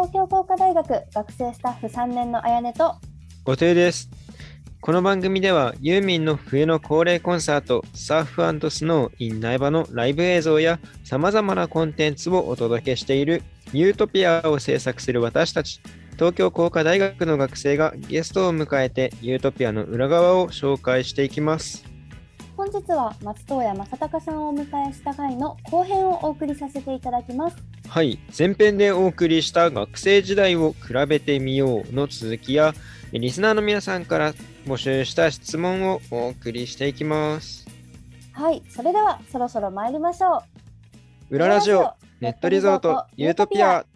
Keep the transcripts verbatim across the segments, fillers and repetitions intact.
東京工科大学学生スタッフさんねんのあやねと後藤です。この番組ではユーミンの冬の恒例コンサートサーフ&スノー in 苗場のライブ映像やさまざまなコンテンツをお届けしているユートピアを制作する私たち東京工科大学の学生がゲストを迎えてユートピアの裏側を紹介していきます。 本日は松任谷正隆さんをお迎えした回の後編をお送りさせていただきます。 はい、前編でお送りした学生時代を比べてみようの続きやリスナーの皆さんから募集した質問をお送りしていきます。 はい、それではそろそろ参りましょう。 裏ラジオネットリゾートユートピア。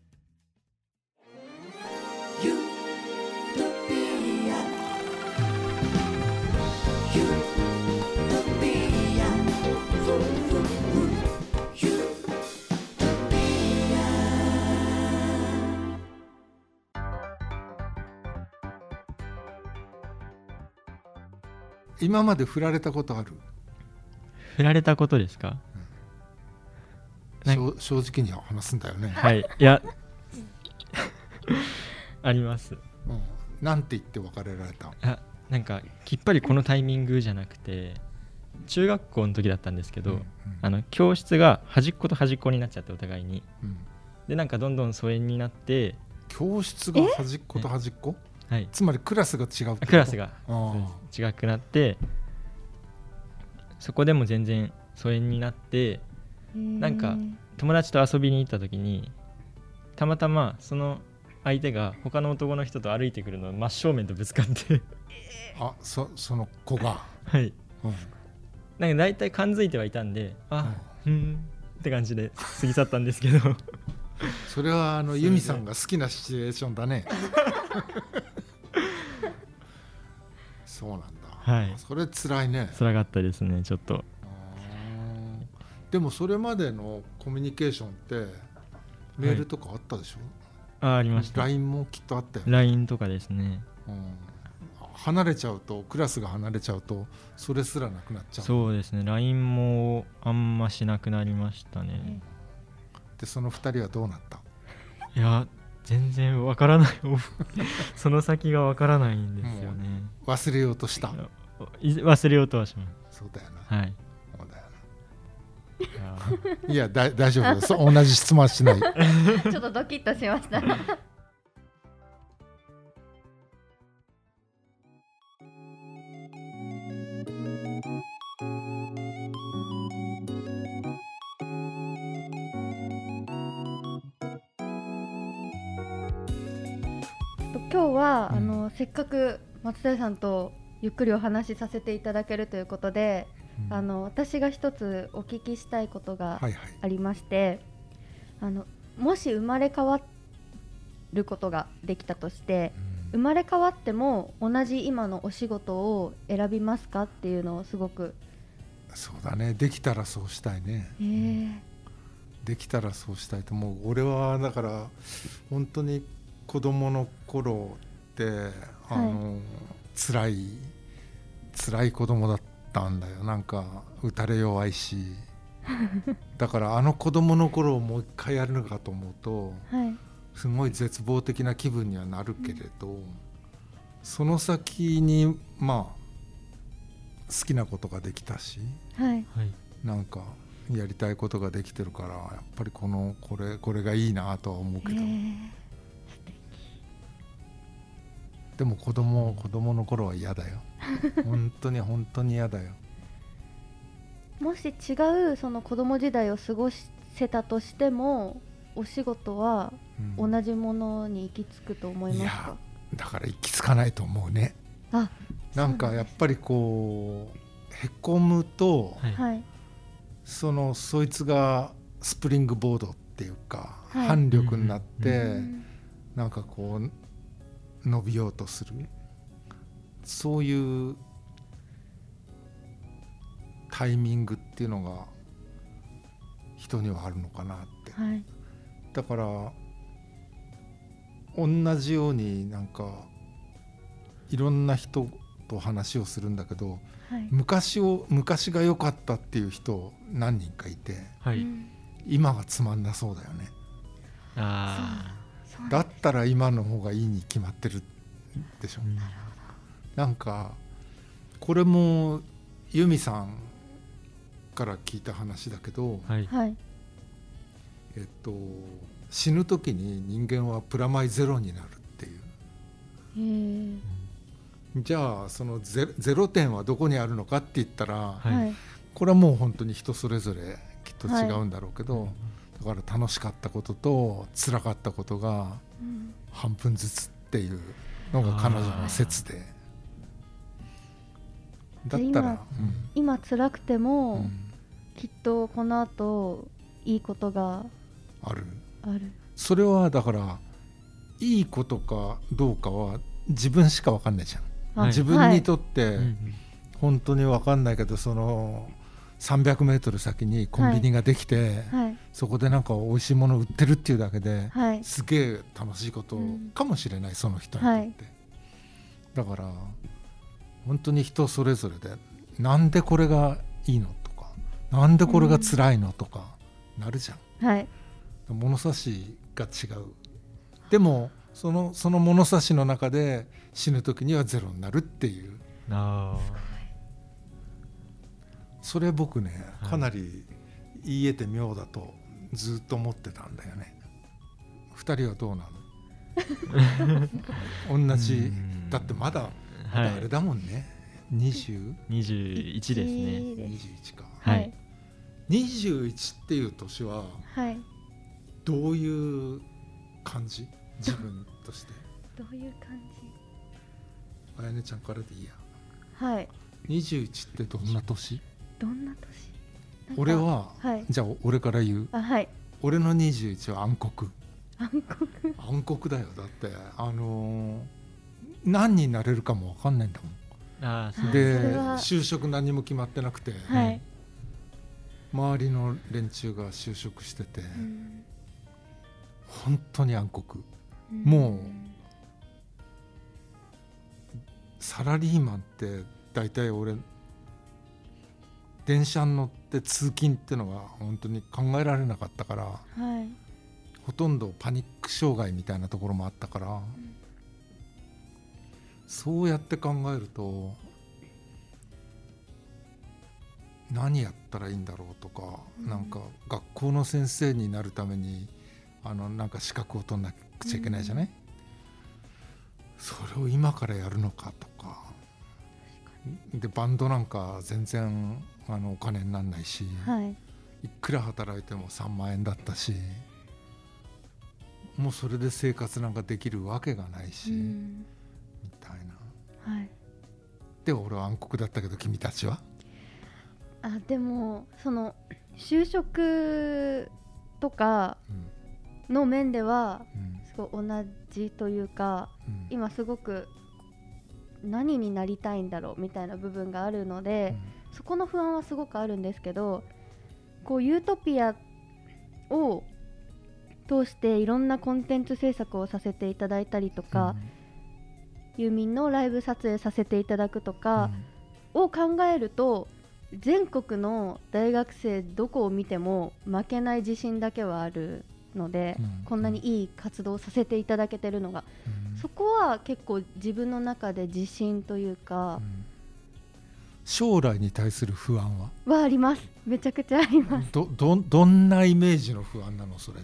今まで振られたことある？ 振られたことですか？ うん、正直には話すんだよね。 はい、いやあります、 うん、なんて言って別れられた？ あ、なんかきっぱりこのタイミングじゃなくて中学校の時だったんですけど、うんうん、あの教室が端っこと端っこになっちゃってお互いに、うん、でなんかどんどん疎遠になって。 教室が端っこと端っこ？はい、つまりクラスが違うってこと？ クラスが違くなってそこでも全然疎遠になってなんか友達と遊びに行った時にたまたまその相手が他の男の人と歩いてくるのを真正面とぶつかってあ そ, その子がはい、うん、なんか大体感づいてはいたんであ、うん、うんって感じで過ぎ去ったんですけどそれはあのユミさんが好きなシチュエーションだねそうなんだ、 はい、 それ辛いね。 辛かったですねちょっと。 でもそれまでのコミュニケーションってメールとかあったでしょ？ はい、あ, ありました。 ライン もきっとあったよね。 ライン とかですね、 うん、離れちゃうとクラスが離れちゃうとそれすらなくなっちゃう。 そうですね ライン もあんましなくなりましたね、うん、 でそのふたりはどうなった？ いや全然わからないその先がわからないんですよね。 忘れようとした？ 忘れようとはします。 そうだよな、 はい、 そうだよな。いやだ大丈夫です同じ質問はしないちょっとドキッとしました今日は、うん、あのせっかく松任谷さんとゆっくりお話しさせていただけるということで、うん、あの私が一つお聞きしたいことがありまして、はいはい、あのもし生まれ変わることができたとして、うん、生まれ変わっても同じ今のお仕事を選びますかっていうのをすごく。 そうだね、できたらそうしたいね、えー、できたらそうしたいと思う。俺はだから本当に子供の頃ってあの、はい、辛い辛い子供だったんだよ。なんか打たれ弱いしだからあの子供の頃をもう一回やるのかと思うと、はい、すごい絶望的な気分にはなるけれど、うん、その先にまあ好きなことができたし、はい、なんかやりたいことができてるからやっぱりこのこれこれがいいなとは思うけど、えーでも子供子供の頃は嫌だよ本当に本当に嫌だよ。 もし違うその子供時代を過ごせたとしてもお仕事は同じものに行き着くと思いますか？ うん、いやだから行き着かないと思うね。あ、なんかやっぱりこうへこむと、はい、そのそいつがスプリングボードっていうか、はい、反力になって、うん、なんかこう伸びようとする、そういうタイミングっていうのが人にはあるのかなって、はい、だから同じようになんかいろんな人と話をするんだけど、はい、昔を昔が良かったっていう人何人かいて、はい、今がつまんなそうだよね。 あだったら今の方がいいに決まってるでしょ、うん、なるほど。なんかこれも由美さんから聞いた話だけど、はい、えっと死ぬ時に人間はプラマイゼロになるっていう。へ、じゃあその ゼ, ゼロ点はどこにあるのかって言ったら、はい、これはもう本当に人それぞれきっと違うんだろうけど、はい、だから楽しかったことと辛かったことが半分ずつっていうのが彼女の説で、だったら今、うん、今辛くても、うん、きっとこの後いいことがあるある。 それはだからいいことかどうかは自分しか分かんないじゃん、はい、自分にとって本当に分かんないけど、そのさんびゃくメートル先にコンビニができて、はいはい、そこでなんか美味しいもの売ってるっていうだけで、はい、すげえ楽しいことかもしれない、うん、その人にとって、はい、だから本当に人それぞれで、なんでこれがいいのとか、なんでこれが辛いのとかなるじゃん、はい、物差しが違う。でもその、その物差しの中で死ぬ時にはゼロになるっていう。あ、それ僕ね、かなり言えて妙だとずっと思ってたんだよね。二人はどうなの？同じだってまだ、まだあれだもんね、はい、にじゅう？ にじゅういちですね。 にじゅういちか、はい、にじゅういちっていう年はどういう感じ？自分としてどういう感じ？ あやねちゃんからでいいや。 はい。 にじゅういちってどんな年？ どんな年？俺は、はい、じゃあ俺から言う。あ、はい。俺のにじゅういちは暗黒。 暗黒？ 暗黒だよ。だってあのー、何になれるかも分かんないんだもん。あ、で就職何も決まってなくて、はい、周りの連中が就職してて、うん、本当に暗黒、うん、もうサラリーマンって大体俺電車に乗って通勤ってのが本当に考えられなかったから、はい、ほとんどパニック障害みたいなところもあったから、うん、そうやって考えると何やったらいいんだろうとか、うん、なんか学校の先生になるためにあのなんか資格を取んなくちゃいけないじゃない、うん、それを今からやるのかとかで、バンドなんか全然あのお金にならないし、はい、いくら働いてもさんまんえんだったし、もうそれで生活なんかできるわけがないし、うん、みたいな、はい、で俺は暗黒だったけど、君たちは？ あ、でもその就職とかの面ではすごい同じというか、うん、今すごく何になりたいんだろうみたいな部分があるので、うん、そこの不安はすごくあるんですけど、こうユートピアを通していろんなコンテンツ制作をさせていただいたりとか、うん、ユーミンのライブ撮影させていただくとかを考えると、全国の大学生どこを見ても負けない自信だけはあるので、うん、こんなにいい活動をさせていただけてるのが、うん、そこは結構自分の中で自信というか、うん、 将来に対する不安ははあります。めちゃくちゃあります。 ど, ど, どんなイメージの不安なのそれって？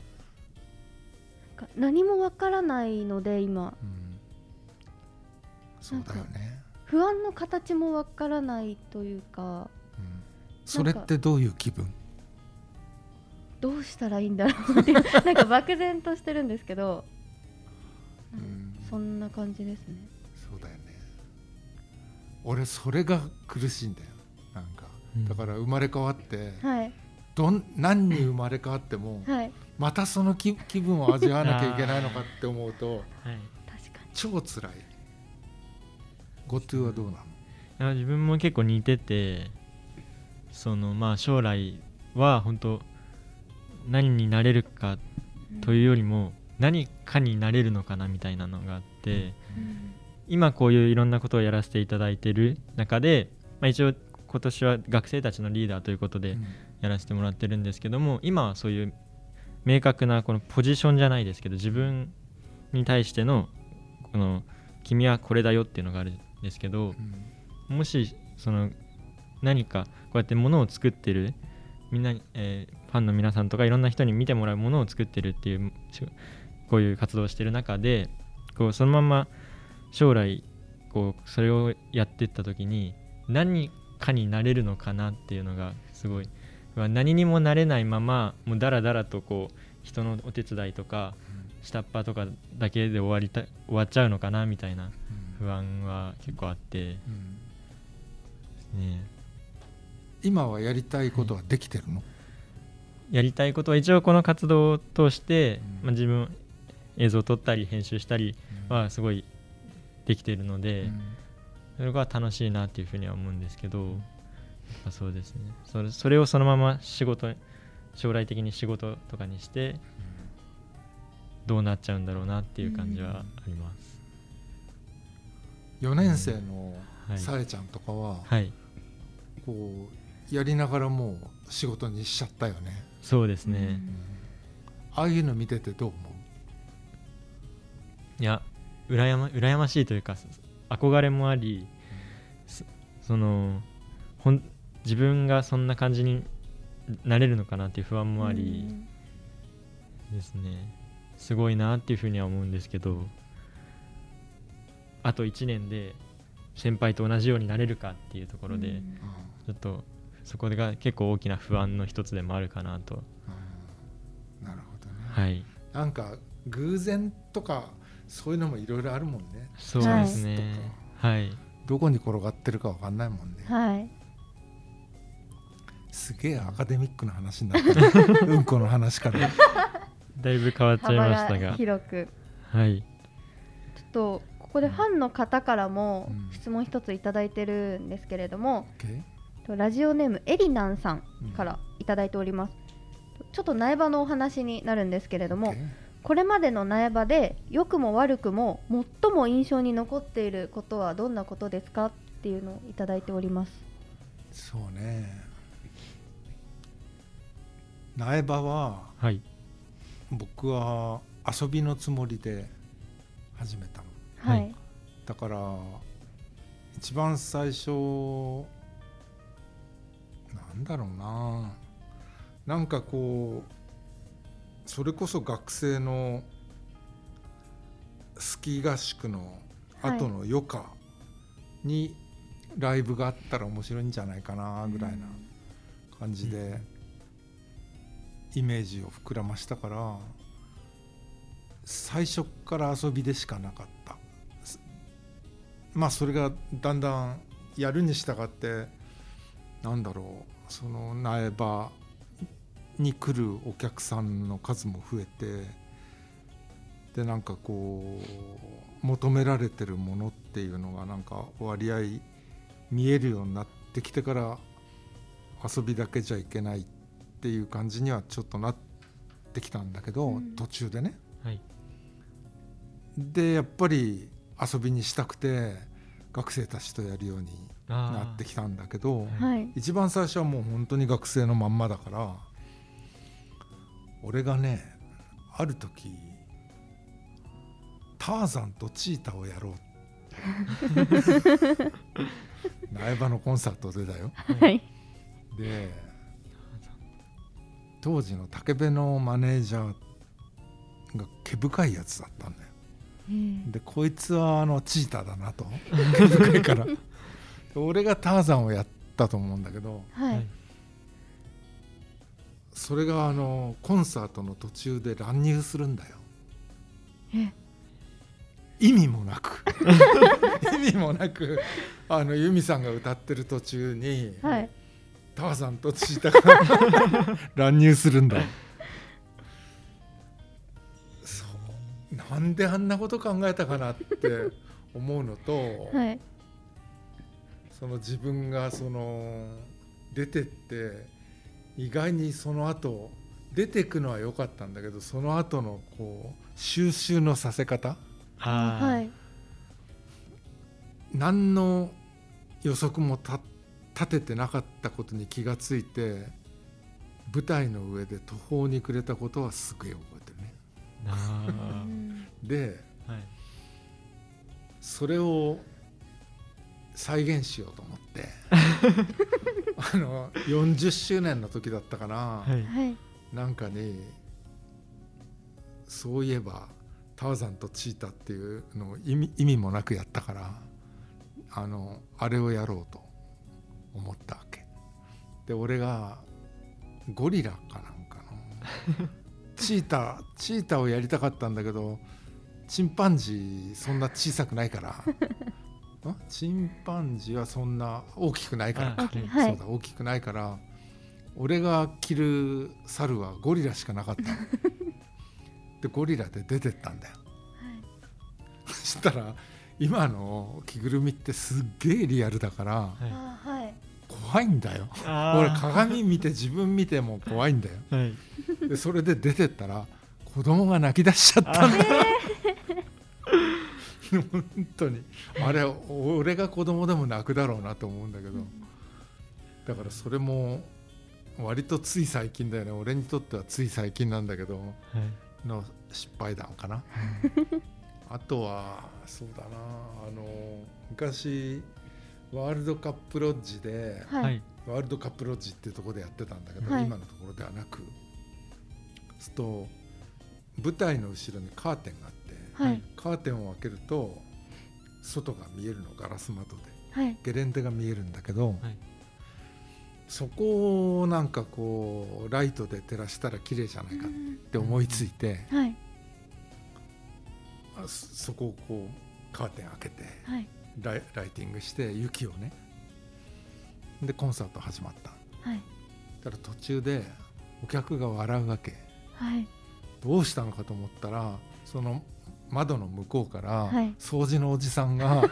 なんか何もわからないので今、うん、 そうだよね。 不安の形もわからないというか、うん、 それってどういう気分？ どうしたらいいんだろうってなんか漠然としてるんですけど、うん、そんな感じですね。 そうだよね。俺それが苦しいんだよ。なんか、うん、だから生まれ変わって、はい、どん何に生まれ変わっても、はい、またその 気, 気分を味わわなきゃいけないのかって思うと、はい、確かに超つらい。ゴトゥはどうなの？ いや自分も結構似てて、そのまあ将来は本当何になれるかというよりも、うん、何かになれるのかなみたいなのがあって、うん、今こういういろんなことをやらせていただいている中で、まあ、一応今年は学生たちのリーダーということでやらせてもらってるんですけども、今はそういう明確なこのポジションじゃないですけど、自分に対してのこの君はこれだよっていうのがあるんですけど、うん、もしその何かこうやってものを作ってるみんな、えー、ファンの皆さんとかいろんな人に見てもらうものを作ってるっていうこういう活動をしてる中で、こうそのまま将来こうそれをやっていった時に何かになれるのかなっていうのがすごい、何にもなれないままもうだらだらとこう人のお手伝いとか下っ端とかだけで終わりた終わっちゃうのかなみたいな不安は結構あって、うんね、 今はやりたいことはできてるの？ やりたいことは一応この活動を通して、うんまあ、自分映像を撮ったり編集したりはすごいできてるので、うん、それが楽しいなっていうふうには思うんですけど、やっぱそうですね、それ、それをそのまま仕事将来的に仕事とかにしてどうなっちゃうんだろうなっていう感じはあります。 よねん生のさえちゃんとかは、はい、こうやりながらもう仕事にしちゃったよね。 そうですね、 うん、ああいうの見ててどう思う？いや羨ま、羨ましいというか憧れもあり、うん、そのほん自分がそんな感じになれるのかなっていう不安もありですね、すごいなっていうふうには思うんですけど、あといちねんで先輩と同じようになれるかっていうところで、うん、ちょっとそこが結構大きな不安の一つでもあるかなと、 うん、なるほどね、 はい、 なんか偶然とかそういうのもいろいろあるもんね。 そうですね、はい、 どこに転がってるか分かんないもんね、 はい、 すげえアカデミックな話になってるうんこの話からだいぶ変わっちゃいましたが、 広く、 はい、 ちょっとここでファンの方からも質問一ついただいてるんですけれども、うん、ラジオネームエリナンさんからいただいております、うん、ちょっと苗場のお話になるんですけれども、これまでの苗場で良くも悪くも最も印象に残っていることはどんなことですかっていうのをいただいております。 そうね、苗場は、はい、僕は遊びのつもりで始めたの、はい、だから一番最初なんだろうな、なんかこうそれこそ学生のスキー合宿の後の余暇にライブがあったら面白いんじゃないかなぐらいな感じでイメージを膨らましたから、最初から遊びでしかなかった。まあそれがだんだんやるに従ってなんだろう、その苗場に来るお客さんの数も増えて、でなんかこう求められてるものっていうのがなんか割合見えるようになってきてから、遊びだけじゃいけないっていう感じにはちょっとなってきたんだけど、うん、途中でね、はい、でやっぱり遊びにしたくて学生たちとやるようになってきたんだけど、はい、一番最初はもう本当に学生のまんまだから、俺がねある時ターザンとチーターをやろう苗場のコンサートでだよ、はい、で当時の武部のマネージャーが毛深いやつだったんだよ。でこいつはあのチーターだなと毛深いから俺がターザンをやったと思うんだけど、はい、それがあのコンサートの途中で乱入するんだよ。え意味もなく意味もなくあのユミさんが歌ってる途中に、はい、ターザンとチーターが乱入するんだ。そうなんであんなこと考えたかなって思うのと、はい、その自分がその出てって意外にその後出てくのは良かったんだけど、その後のこう収集のさせ方、はい、何の予測も立ててなかったことに気がついて、 舞台の上で途方に暮れたことはすげえ覚えてるね。 あで、 はい、 それを再現しようと思ってあのよんじゅっしゅうねんの時だったかな、 はい、 なんかにそういえばターザンとチータっていうのを意味、意味もなくやったから、あのあれをやろうと思ったわけで、俺がゴリラかなんかのチータチータをやりたかったんだけど、チンパンジーそんな小さくないからチンパンジーはそんな大きくないからか、はい、そうだ大きくないから、俺が着る猿はゴリラしかなかったのでゴリラで出てったんだよ、はい、そしたら今の着ぐるみってすっげえリアルだから、はい、怖いんだよ。俺鏡見て自分見ても怖いんだよ、はい、でそれで出てったら子供が泣き出しちゃったんだよ、えー、本当にあれ俺が子供でも泣くだろうなと思うんだけど、うん、だからそれも割とつい最近だよね。俺にとってはつい最近なんだけど、はい、の失敗談かなあとはそうだな、あの昔ワールドカップロッジで、はい、ワールドカップロッジっていうところでやってたんだけど、はい、今のところではなく、すると舞台の後ろにカーテンがあって、はい、カーテンを開けると外が見えるの、ガラス窓で、はい、ゲレンデが見えるんだけど、はい、そこをなんかこうライトで照らしたら綺麗じゃないかって思いついて、はい、そこをこうカーテン開けて、はい、ライ、ライティングして雪をね、でコンサート始まった、はい、だから途中でお客が笑うわけ、はい、どうしたのかと思ったら、その窓の向こうから掃除のおじさんが、はい、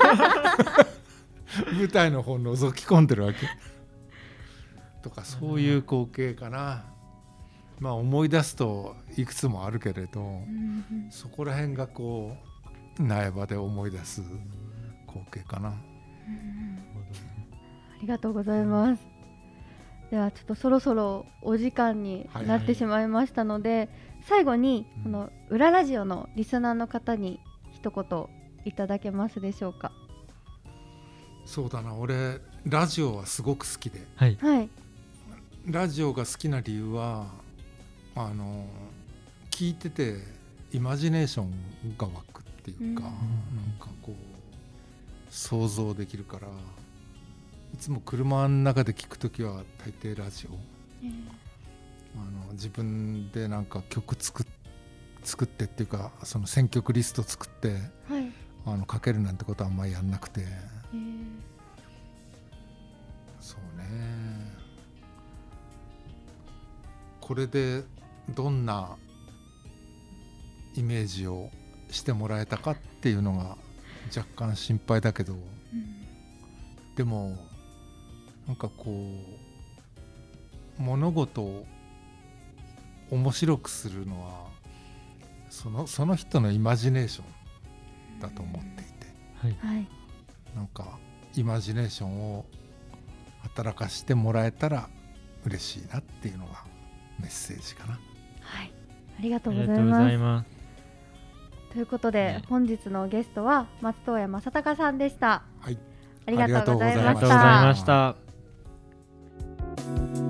舞台の方覗き込んでるわけとか、そういう光景かな。まあ思い出すといくつもあるけれど、うん、そこら辺がこう苗場で思い出す光景かな、うん、ありがとうございます。ではちょっとそろそろお時間になってしまいましたので、はいはい、最後にこの裏ラジオのリスナーの方に一言いただけますでしょうか。 そうだな、俺ラジオはすごく好きで、 はい、 ラジオが好きな理由はあの聞いててイマジネーションが湧くっていうか、うん、なんかこう想像できるから、いつも車の中で聞くときは大抵ラジオ、えー、あの自分でなんか曲作っ、作ってっていうか、その選曲リスト作って、はい、あのかけるなんてことはあんまりやんなくて、えー、そうね、これでどんなイメージをしてもらえたかっていうのが若干心配だけど、うん、でもなんかこう物事を面白くするのはその、その人のイマジネーションだと思っていて、はい、なんかイマジネーションを働かしてもらえたら嬉しいなっていうのがメッセージかな。 はい、ありがとうございます。ますということで、ね、本日のゲストは松任谷正隆さんでした。 はい、 ありがとうございました。 ありがとうございました。